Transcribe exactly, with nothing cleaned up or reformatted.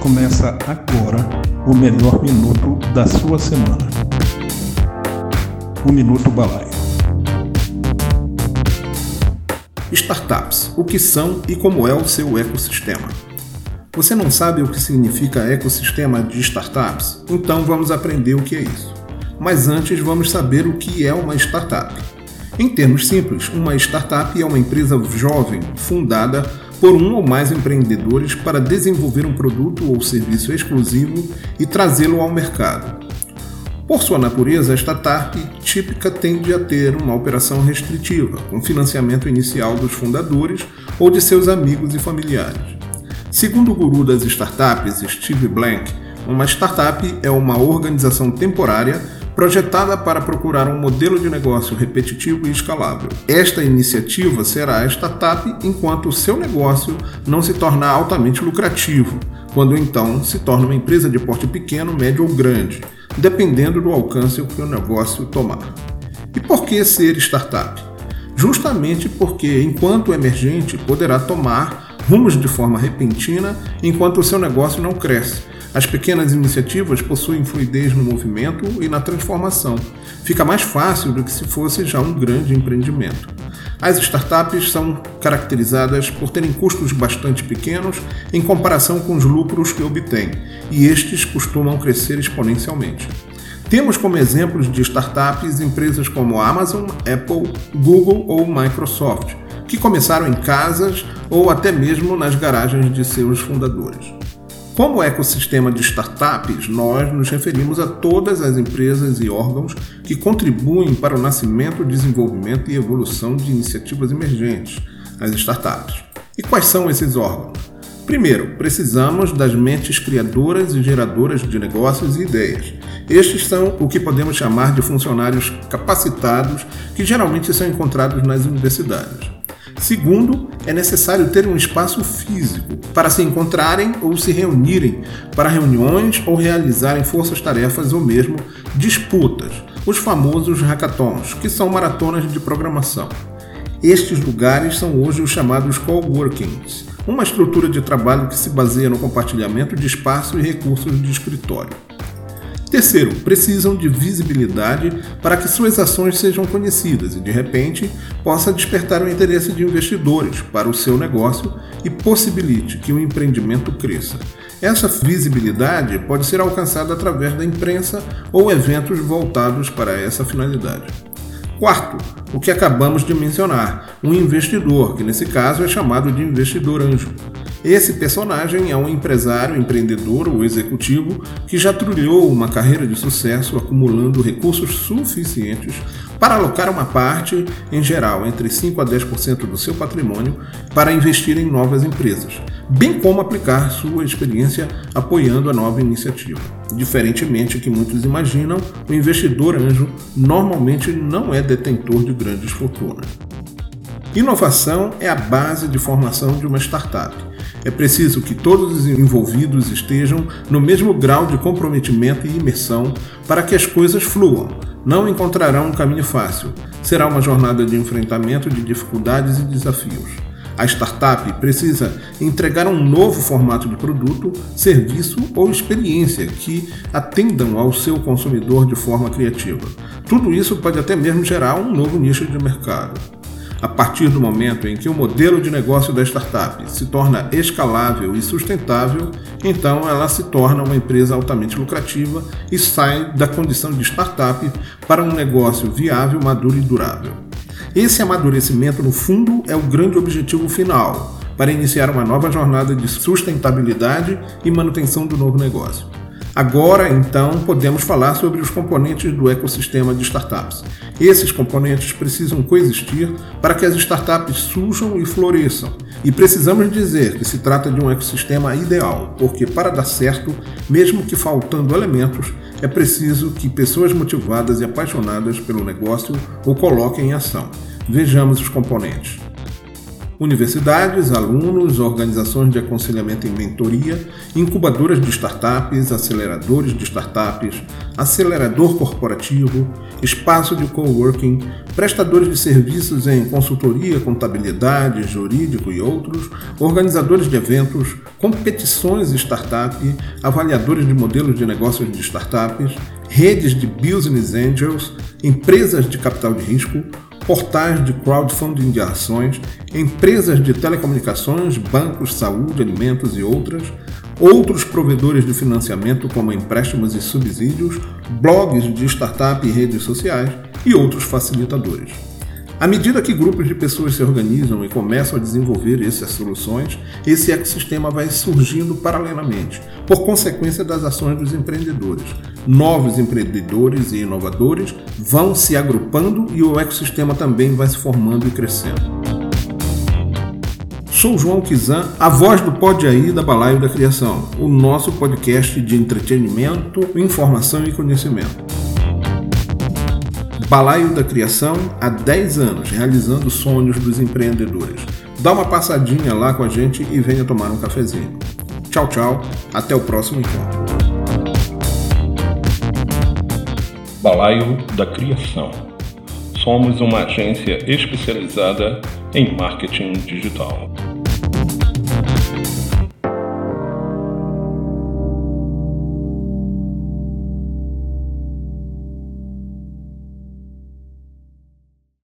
Começa agora o melhor minuto da sua semana. O Minuto Balaio. Startups, o que são e como é o seu ecossistema. Você não sabe o que significa ecossistema de startups? Então vamos aprender o que é isso. Mas antes vamos saber o que é uma startup. Em termos simples, uma startup é uma empresa jovem fundada por um ou mais empreendedores para desenvolver um produto ou serviço exclusivo e trazê-lo ao mercado. Por sua natureza, a startup típica tende a ter uma operação restritiva, com financiamento inicial dos fundadores ou de seus amigos e familiares. Segundo o guru das startups, Steve Blank, uma startup é uma organização temporária projetada para procurar um modelo de negócio repetitivo e escalável. Esta iniciativa será a startup enquanto o seu negócio não se tornar altamente lucrativo, quando então se torna uma empresa de porte pequeno, médio ou grande, dependendo do alcance que o negócio tomar. E por que ser startup? Justamente porque, enquanto emergente, poderá tomar rumos de forma repentina enquanto o seu negócio não cresce. As pequenas iniciativas possuem fluidez no movimento e na transformação. Fica mais fácil do que se fosse já um grande empreendimento. As startups são caracterizadas por terem custos bastante pequenos em comparação com os lucros que obtêm, e estes costumam crescer exponencialmente. Temos como exemplos de startups empresas como Amazon, Apple, Google ou Microsoft, que começaram em casas ou até mesmo nas garagens de seus fundadores. Como ecossistema de startups, nós nos referimos a todas as empresas e órgãos que contribuem para o nascimento, desenvolvimento e evolução de iniciativas emergentes, as startups. E quais são esses órgãos? Primeiro, precisamos das mentes criadoras e geradoras de negócios e ideias. Estes são o que podemos chamar de funcionários capacitados, que geralmente são encontrados nas universidades. Segundo, é necessário ter um espaço físico para se encontrarem ou se reunirem para reuniões ou realizarem forças-tarefas ou mesmo disputas, os famosos hackathons, que são maratonas de programação. Estes lugares são hoje os chamados coworkings, uma estrutura de trabalho que se baseia no compartilhamento de espaço e recursos de escritório. Terceiro, precisam de visibilidade para que suas ações sejam conhecidas e, de repente, possa despertar o interesse de investidores para o seu negócio e possibilite que o empreendimento cresça. Essa visibilidade pode ser alcançada através da imprensa ou eventos voltados para essa finalidade. Quarto, o que acabamos de mencionar, um investidor, que nesse caso é chamado de investidor anjo. Esse personagem é um empresário, empreendedor ou executivo que já trilhou uma carreira de sucesso acumulando recursos suficientes para alocar uma parte, em geral, entre cinco a dez por cento do seu patrimônio para investir em novas empresas, bem como aplicar sua experiência apoiando a nova iniciativa. Diferentemente do que muitos imaginam, o investidor anjo normalmente não é detentor de grandes fortunas. Inovação é a base de formação de uma startup. É preciso que todos os envolvidos estejam no mesmo grau de comprometimento e imersão para que as coisas fluam. Não encontrarão um caminho fácil. Será uma jornada de enfrentamento de dificuldades e desafios. A startup precisa entregar um novo formato de produto, serviço ou experiência que atendam ao seu consumidor de forma criativa. Tudo isso pode até mesmo gerar um novo nicho de mercado. A partir do momento em que o modelo de negócio da startup se torna escalável e sustentável, então ela se torna uma empresa altamente lucrativa e sai da condição de startup para um negócio viável, maduro e durável. Esse amadurecimento, no fundo, é o grande objetivo final para iniciar uma nova jornada de sustentabilidade e manutenção do novo negócio. Agora, então, podemos falar sobre os componentes do ecossistema de startups. Esses componentes precisam coexistir para que as startups surjam e floresçam. E precisamos dizer que se trata de um ecossistema ideal, porque para dar certo, mesmo que faltando elementos, é preciso que pessoas motivadas e apaixonadas pelo negócio o coloquem em ação. Vejamos os componentes. universidades, alunos, organizações de aconselhamento e mentoria, incubadoras de startups, aceleradores de startups, acelerador corporativo, espaço de coworking, prestadores de serviços em consultoria, contabilidade, jurídico e outros, organizadores de eventos, competições startup, avaliadores de modelos de negócios de startups, redes de business angels, empresas de capital de risco, portais de crowdfunding de ações, empresas de telecomunicações, bancos, saúde, alimentos e outras, outros provedores de financiamento como empréstimos e subsídios, blogs de startup e redes sociais e outros facilitadores. À medida que grupos de pessoas se organizam e começam a desenvolver essas soluções, esse ecossistema vai surgindo paralelamente, por consequência das ações dos empreendedores. Novos empreendedores e inovadores vão se agrupando e o ecossistema também vai se formando e crescendo. Sou João Kizan, a voz do Pode Aí da Balaio da Criação, o nosso podcast de entretenimento, informação e conhecimento. Balaio da Criação há dez anos, realizando sonhos dos empreendedores. Dá uma passadinha lá com a gente e venha tomar um cafezinho. Tchau, tchau. Até o próximo encontro. Balaio da Criação. Somos uma agência especializada em marketing digital.